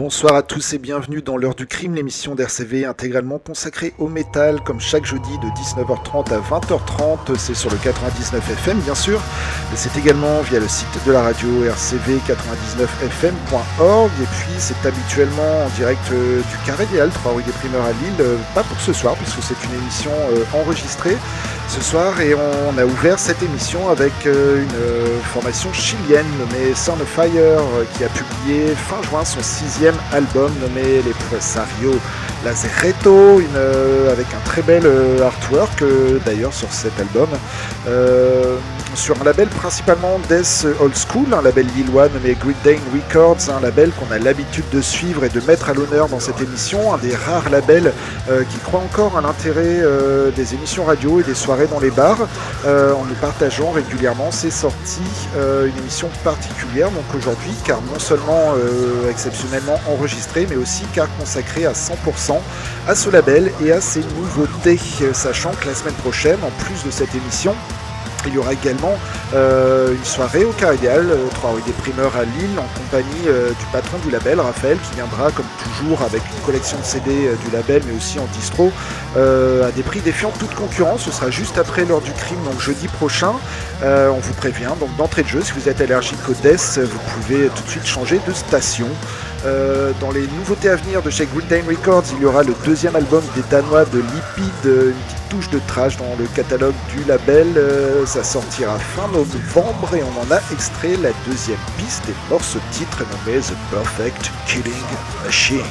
bonsoir à tous et bienvenue dans l'heure du crime, l'émission d'RCV intégralement consacrée au métal, comme chaque jeudi de 19h30 à 20h30, c'est sur le 99 FM bien sûr, mais c'est également via le site de la radio rcv99fm.org, et puis c'est habituellement en direct du Carré des Halles, 3 rue des Primeurs à Lille, pas pour ce soir puisque c'est une émission enregistrée ce soir, et on a ouvert cette émission avec une formation chilienne nommée Sound of Fire qui a publié fin juin son 6e album nommé Les Presario Lazaretto, avec un très bel artwork d'ailleurs sur cet album, sur un label principalement Death Old School, un label lillois nommé Great Dane Records, un label qu'on a l'habitude de suivre et de mettre à l'honneur dans cette émission, un des rares labels qui croit encore à l'intérêt des émissions radio et des soirées dans les bars, en nous partageant régulièrement ses sorties, une émission particulière donc aujourd'hui, car non seulement exceptionnellement enregistrée, mais aussi car consacrée à 100% à ce label et à ses nouveautés, sachant que la semaine prochaine, en plus de cette émission, il y aura également une soirée au Carré des Halles, 3 rue des Primeurs à Lille, en compagnie du patron du label, Raphaël, qui viendra comme toujours avec une collection de CD du label, mais aussi en distro, à des prix défiant toute concurrence. Ce sera juste après l'heure du crime, donc jeudi prochain. On vous prévient, donc d'entrée de jeu, si vous êtes allergique au death, vous pouvez tout de suite changer de station. Dans les nouveautés à venir de chez Great Dane Records, il y aura le deuxième album des Danois de Lipid, une petite touche de trash dans le catalogue du label. Ça sortira fin novembre et on en a extrait la deuxième piste et morceau titre nommé The Perfect Killing Machine.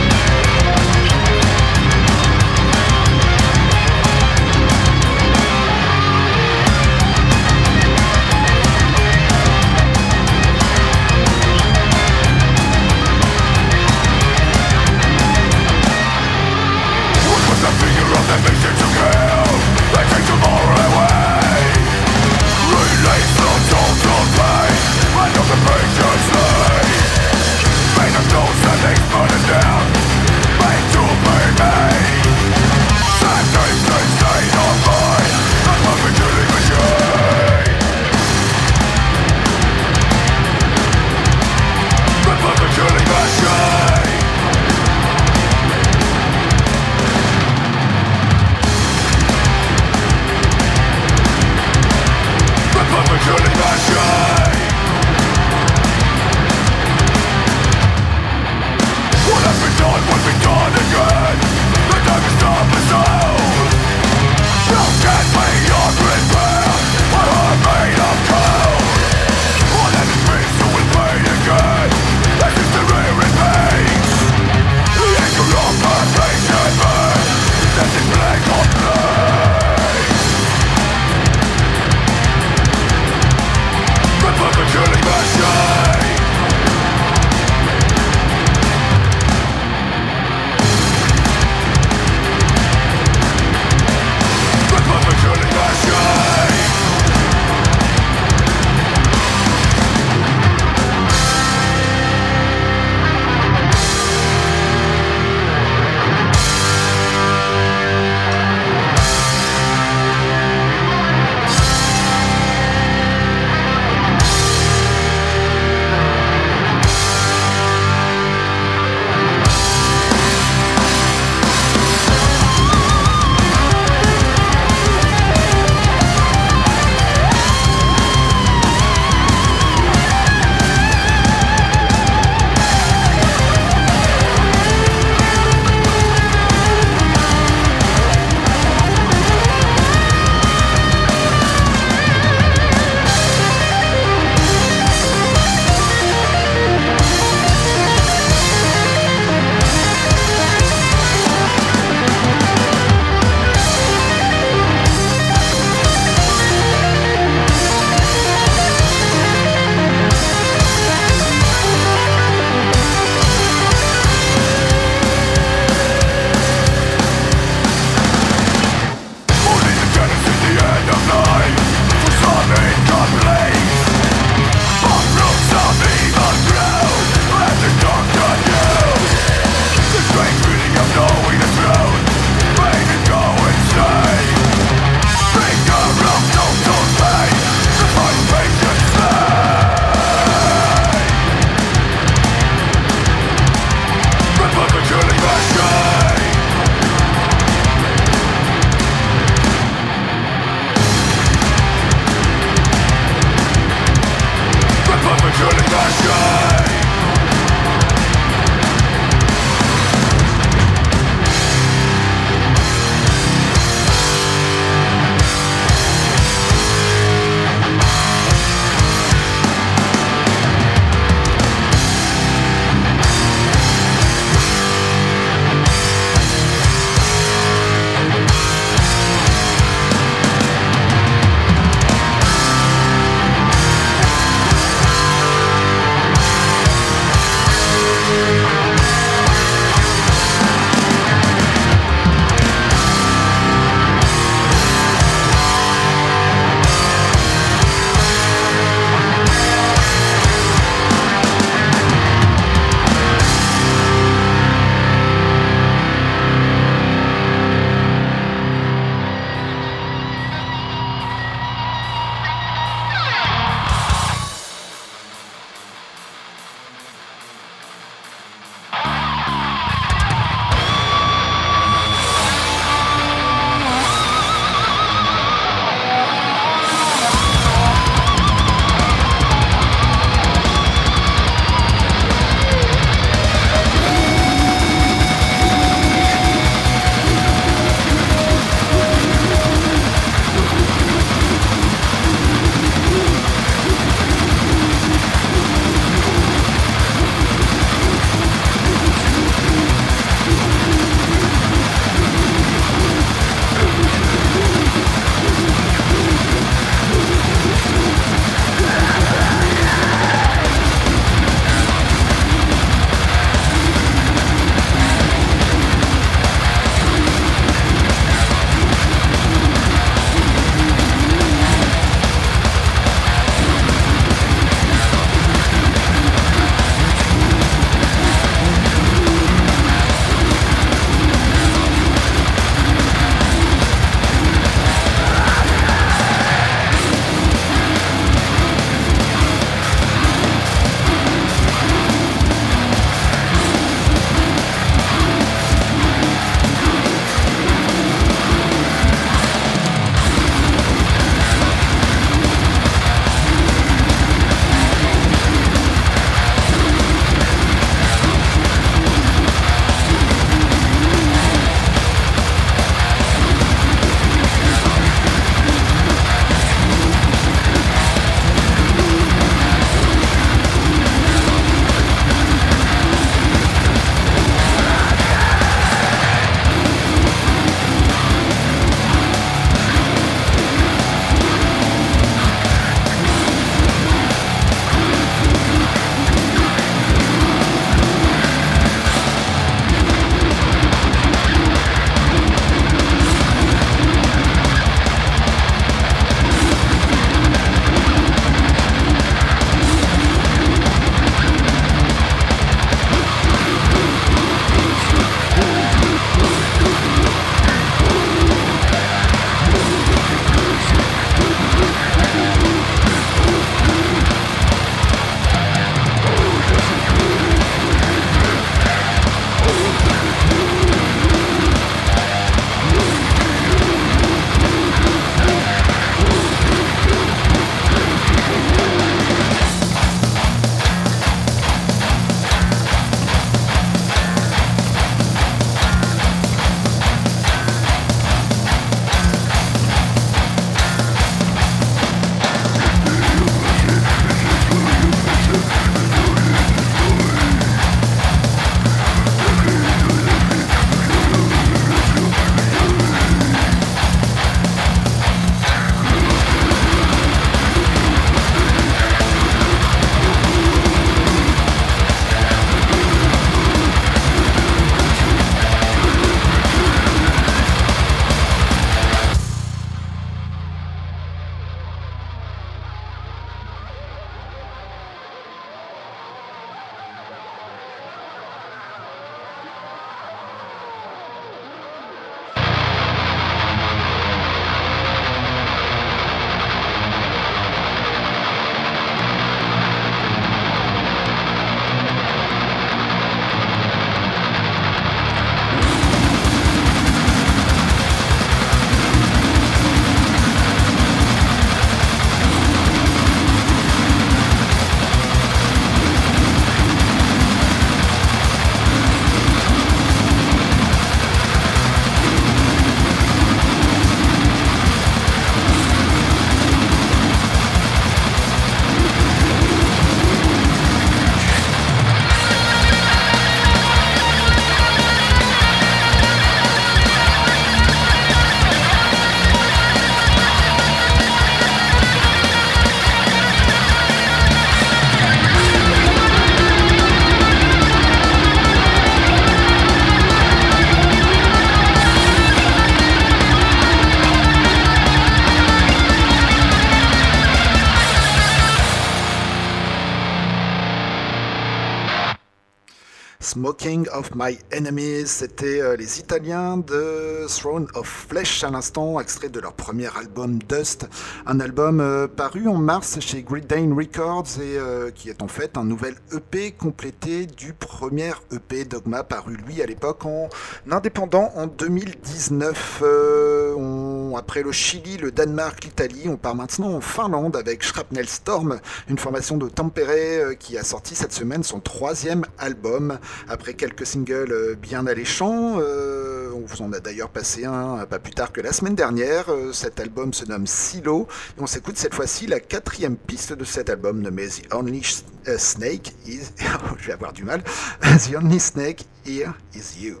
Smoking of My Enemies, c'était les Italiens de Throne of Flesh à l'instant, extrait de leur premier album Dust, un album paru en mars chez Great Dane Records et qui est en fait un nouvel EP complété du premier EP Dogma paru lui à l'époque en indépendant en 2019. Après le Chili, le Danemark, l'Italie, on part maintenant en Finlande avec Shrapnel Storm, une formation de Tampere qui a sorti cette semaine son troisième album. Après quelques singles bien alléchants, on vous en a d'ailleurs passé un pas plus tard que la semaine dernière. Cet album se nomme Silo et on s'écoute cette fois-ci la quatrième piste de cet album nommé The Only Snake Is... je vais avoir du mal. The Only Snake Here Is You.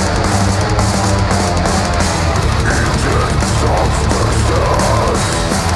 Of the stars.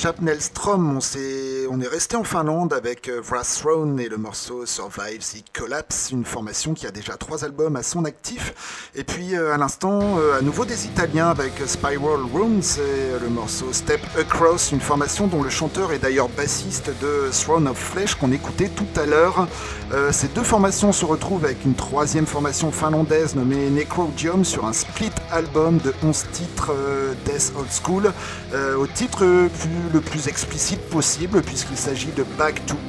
Chapnelstrom. On est resté en Finlande avec Wrath Throne et le morceau Survive the Collapse, une formation qui a déjà 3 albums à son actif. Et puis à l'instant, à nouveau des Italiens avec Spiral Rooms et le morceau Step Across, une formation dont le chanteur est d'ailleurs bassiste de Throne of Flesh qu'on écoutait tout à l'heure. Ces deux formations se retrouvent avec une troisième formation finlandaise nommée Necrodium sur un split album de 11 titres Death Old School, au titre le plus explicite possible puisqu'il s'agit de Back to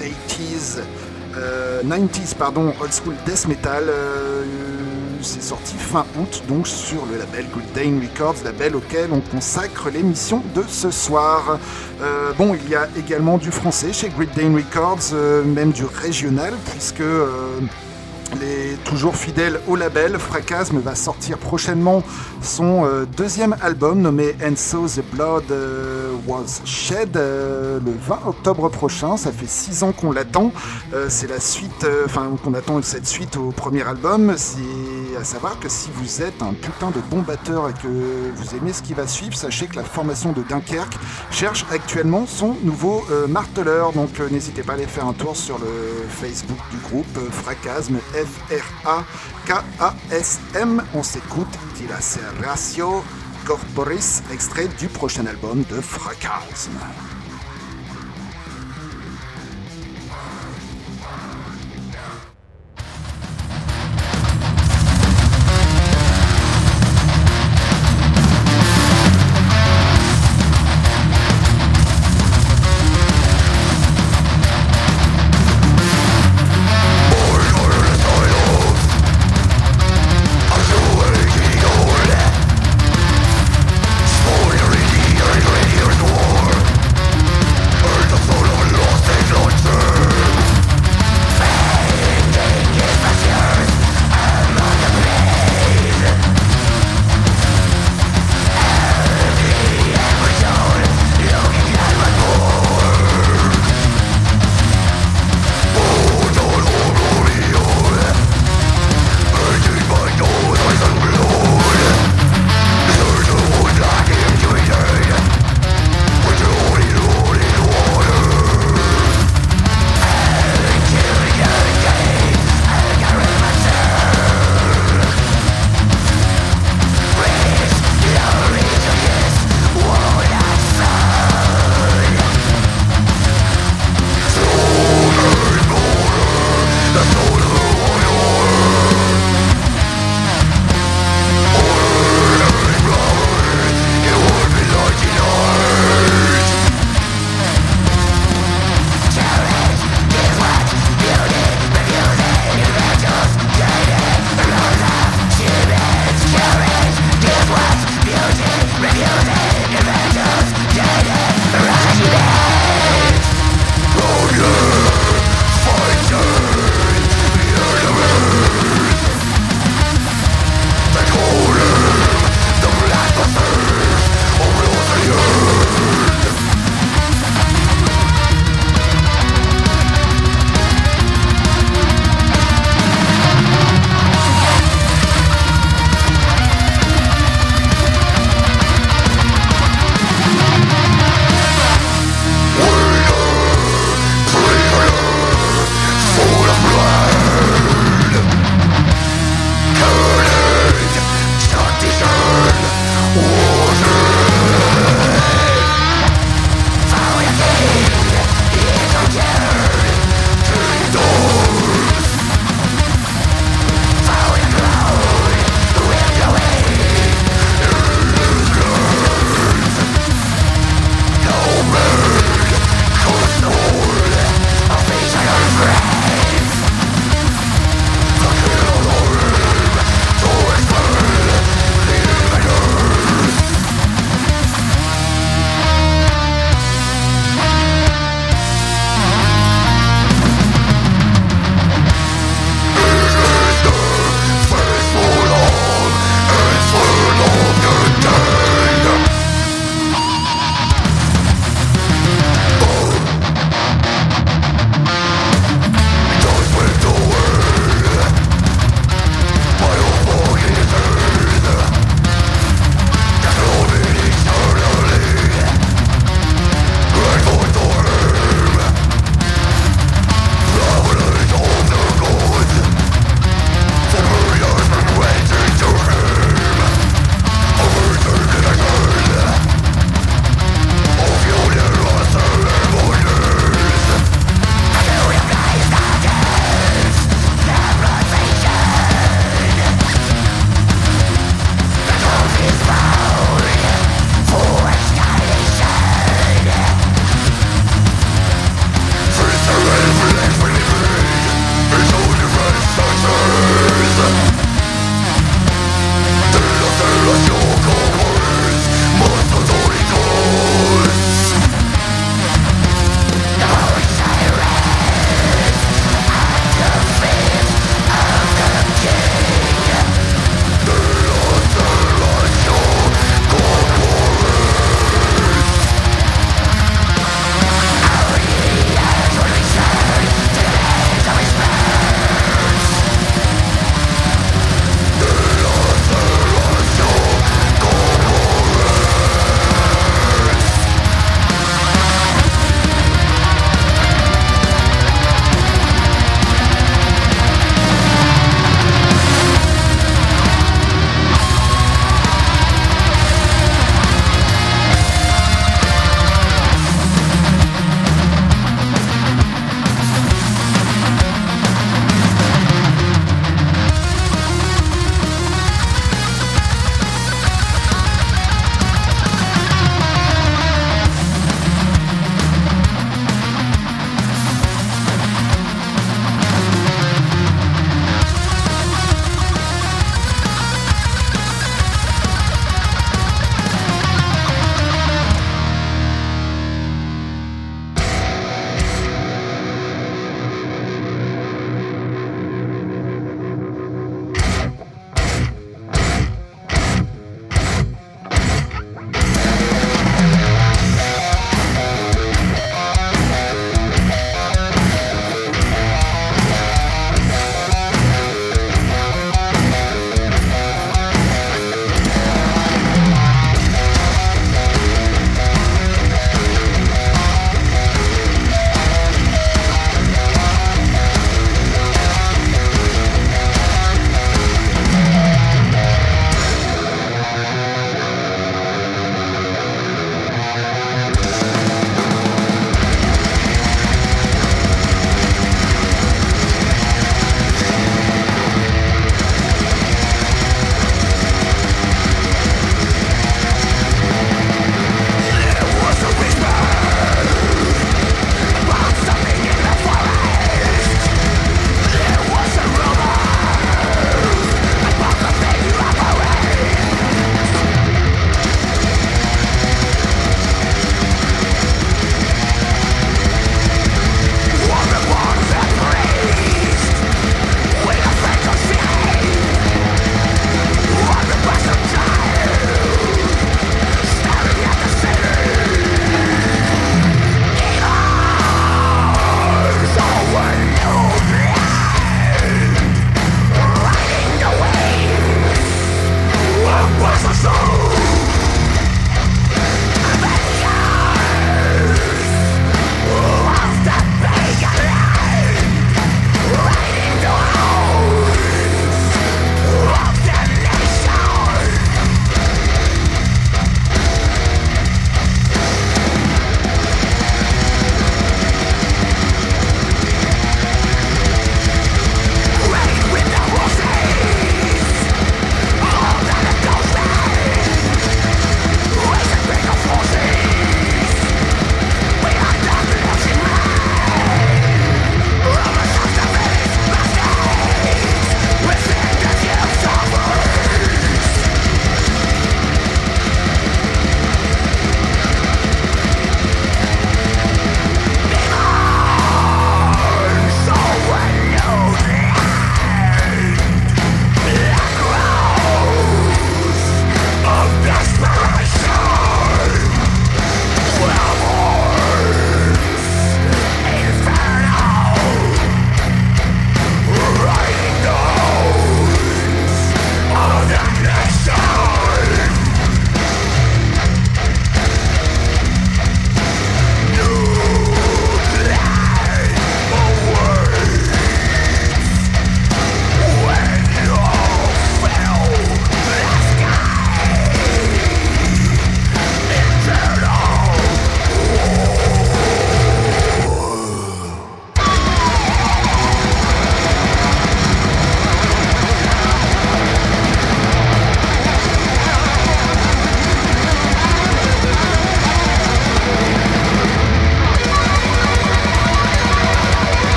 90s Old School Death Metal. C'est sorti fin août donc sur le label Great Dane Records, label auquel on consacre l'émission de ce soir. Il y a également du français chez Great Dane Records, même du régional puisque les toujours fidèles au label, Fracasme va sortir prochainement son deuxième album nommé And So The Blood Was Shed le 20 octobre prochain. Ça fait 6 ans qu'on l'attend. C'est la suite, qu'on attend cette suite au premier album. C'est à savoir que si vous êtes un putain de bon batteur et que vous aimez ce qui va suivre, sachez que la formation de Dunkerque cherche actuellement son nouveau marteleur. Donc n'hésitez pas à aller faire un tour sur le Facebook du groupe Fracasme, Fracasm. On s'écoute Dilaceratio Corporis, extrait du prochain album de Fracasme. Spoiler in the radio war.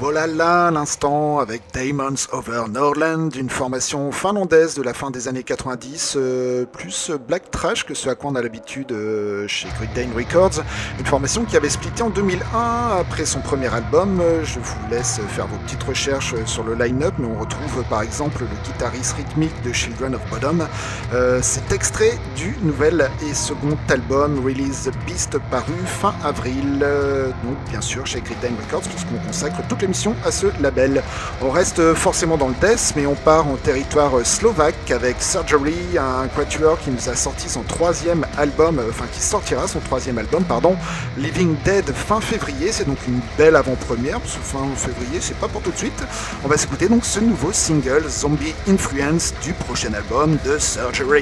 Bolala à l'instant avec Diamonds Over Norland, une formation finlandaise de la fin des années 90, plus black trash que ce à quoi on a l'habitude chez Great Dane Records, une formation qui avait splitté en 2001 après son premier album. Je vous laisse faire vos petites recherches sur le line-up, mais on retrouve par exemple le guitariste rythmique de Children of Bodom. C'est extrait du nouvel et second album Release the Beast paru fin avril, donc bien sûr chez Great Dane Records, puisqu'on consacre toute l'émission à ce label. On reste forcément dans le death, mais on part en territoire slovaque avec Surgery, un quatuor qui nous a sorti son troisième album, qui sortira son troisième album, Living Dead fin février. C'est donc une belle avant-première, parce que fin février c'est pas pour tout de suite. On va s'écouter donc ce nouveau single Zombie Influence du prochain album de Surgery.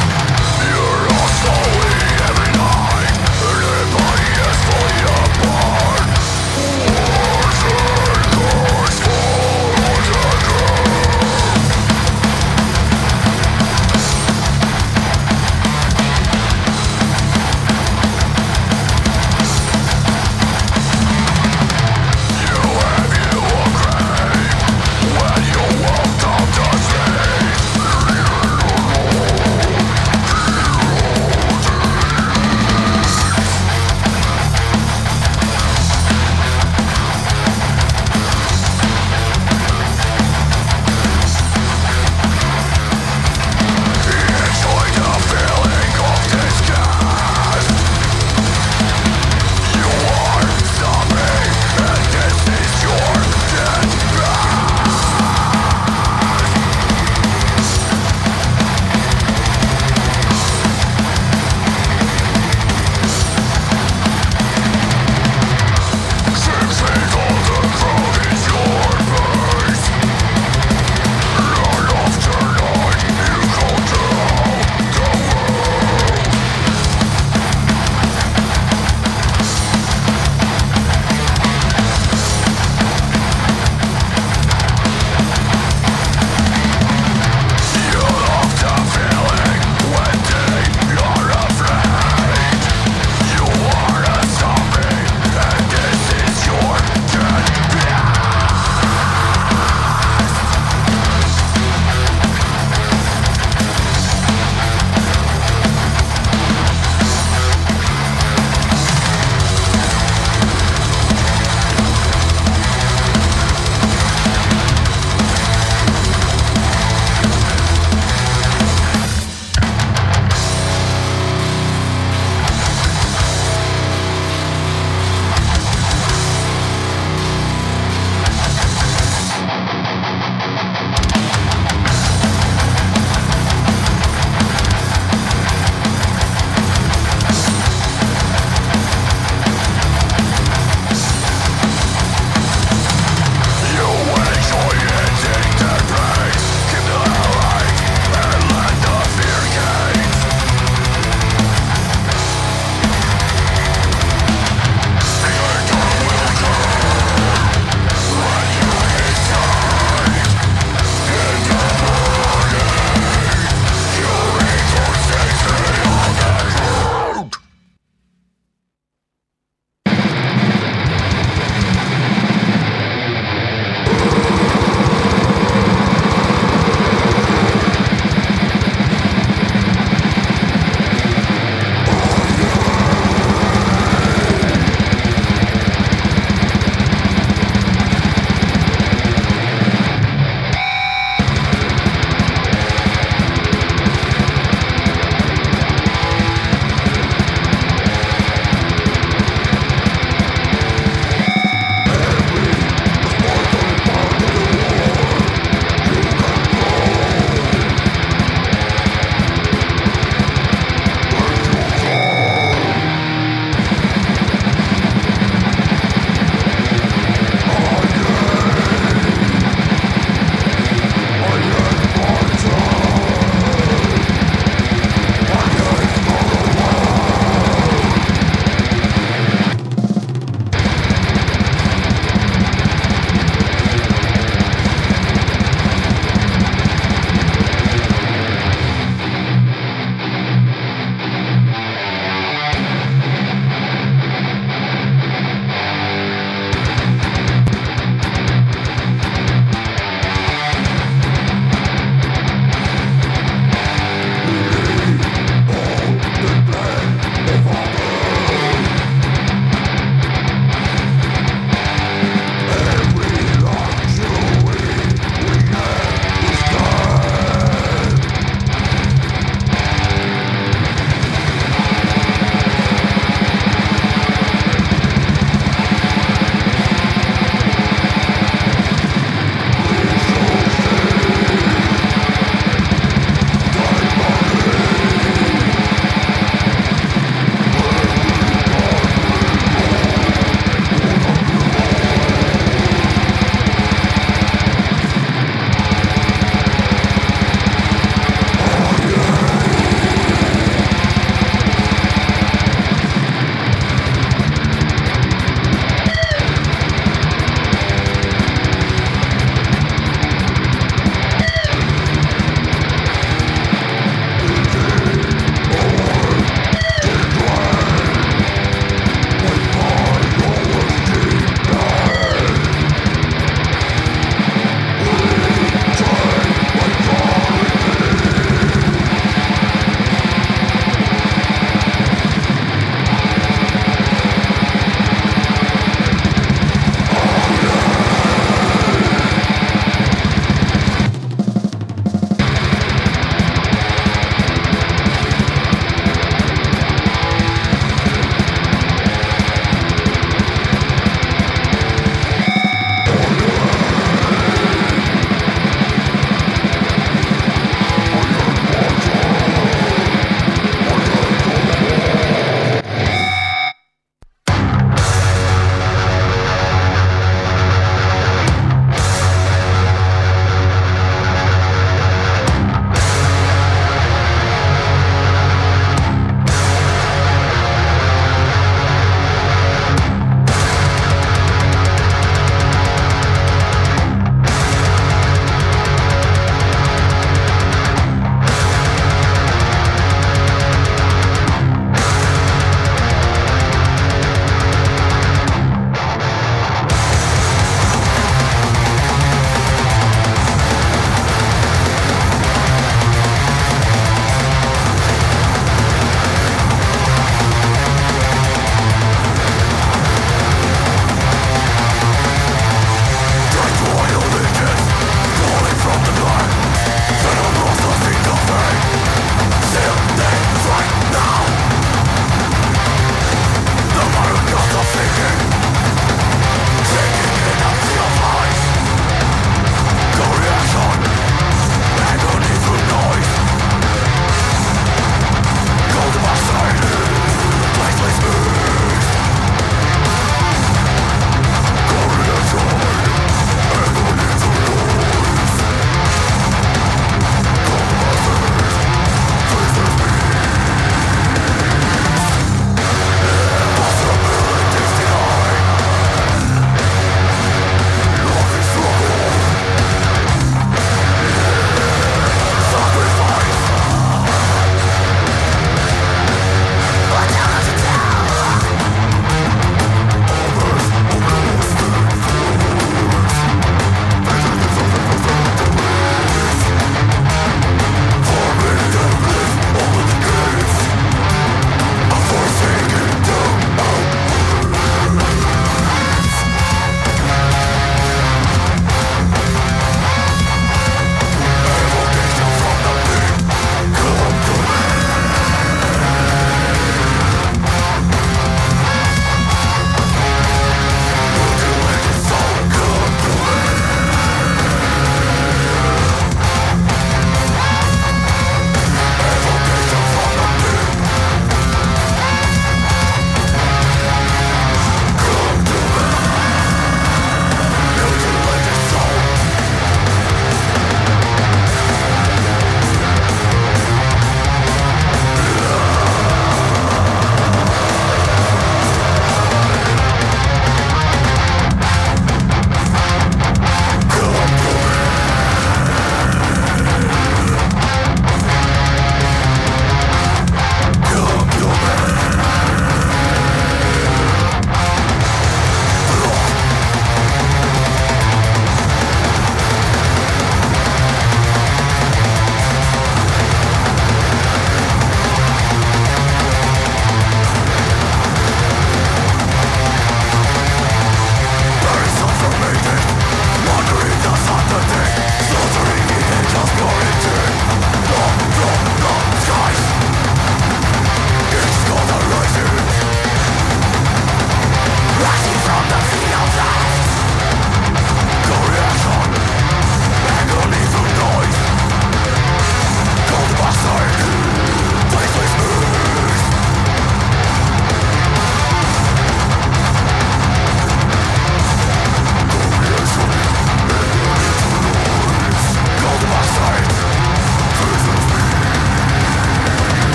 Every night, everybody is fully apart.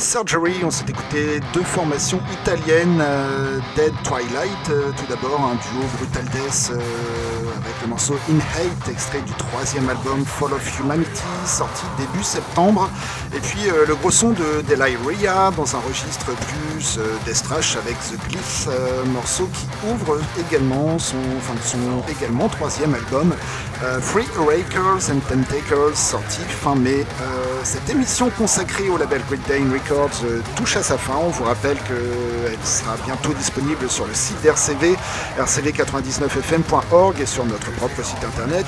Surgery, on s'est écouté deux formations italiennes, Dead Twilight, tout d'abord un duo Brutal Death avec le morceau In Hate, extrait du troisième album Fall of Humanity, sorti début septembre, et puis le gros son de Deliria dans un registre plus death thrash avec The Glyph, morceau qui ouvre également son également troisième album Free Rakers and Tentakers, sorti fin mai. Cette émission consacrée au label Great Dane Records touche à sa fin. On vous rappelle qu'elle sera bientôt disponible sur le site d'RCV, rcv99fm.org, et sur notre propre site internet,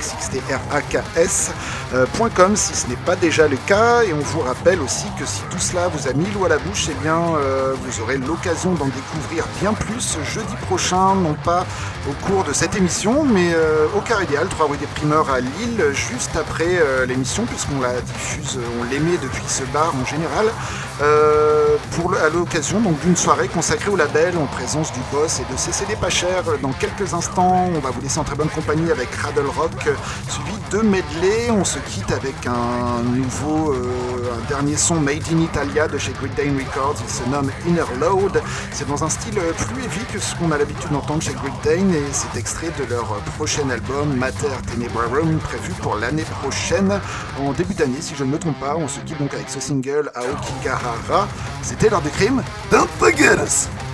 xtrax.com, si ce n'est pas déjà le cas. Et on vous rappelle aussi que si tout cela vous a mis l'eau à la bouche, eh bien, vous aurez l'occasion d'en découvrir bien plus jeudi prochain, non pas au cours de cette émission, mais au Carré des Halles, 3 rue des Primeurs à Lille, juste après l'émission, puisqu'on la diffuse, on l'émet depuis ce bar en général, à l'occasion donc d'une soirée consacrée au label en présence du boss et de ses CD pas chers. Dans quelques instants, on va vous laisser en très bonne compagnie avec Cradle Rock, suivi de medley. On se quitte avec un dernier son Made in Italia de chez Great Dane Records. Il se nomme Inner Load. C'est dans un style plus heavy que ce qu'on a l'habitude d'entendre chez Great Dane, et c'est extrait de leur prochain album Mater Tenebrarum, prévu pour l'année prochaine, en début d'année si je ne me trompe pas. On se quitte donc avec ce single Aokigahara. C'était l'heure du crime. Don't forget us!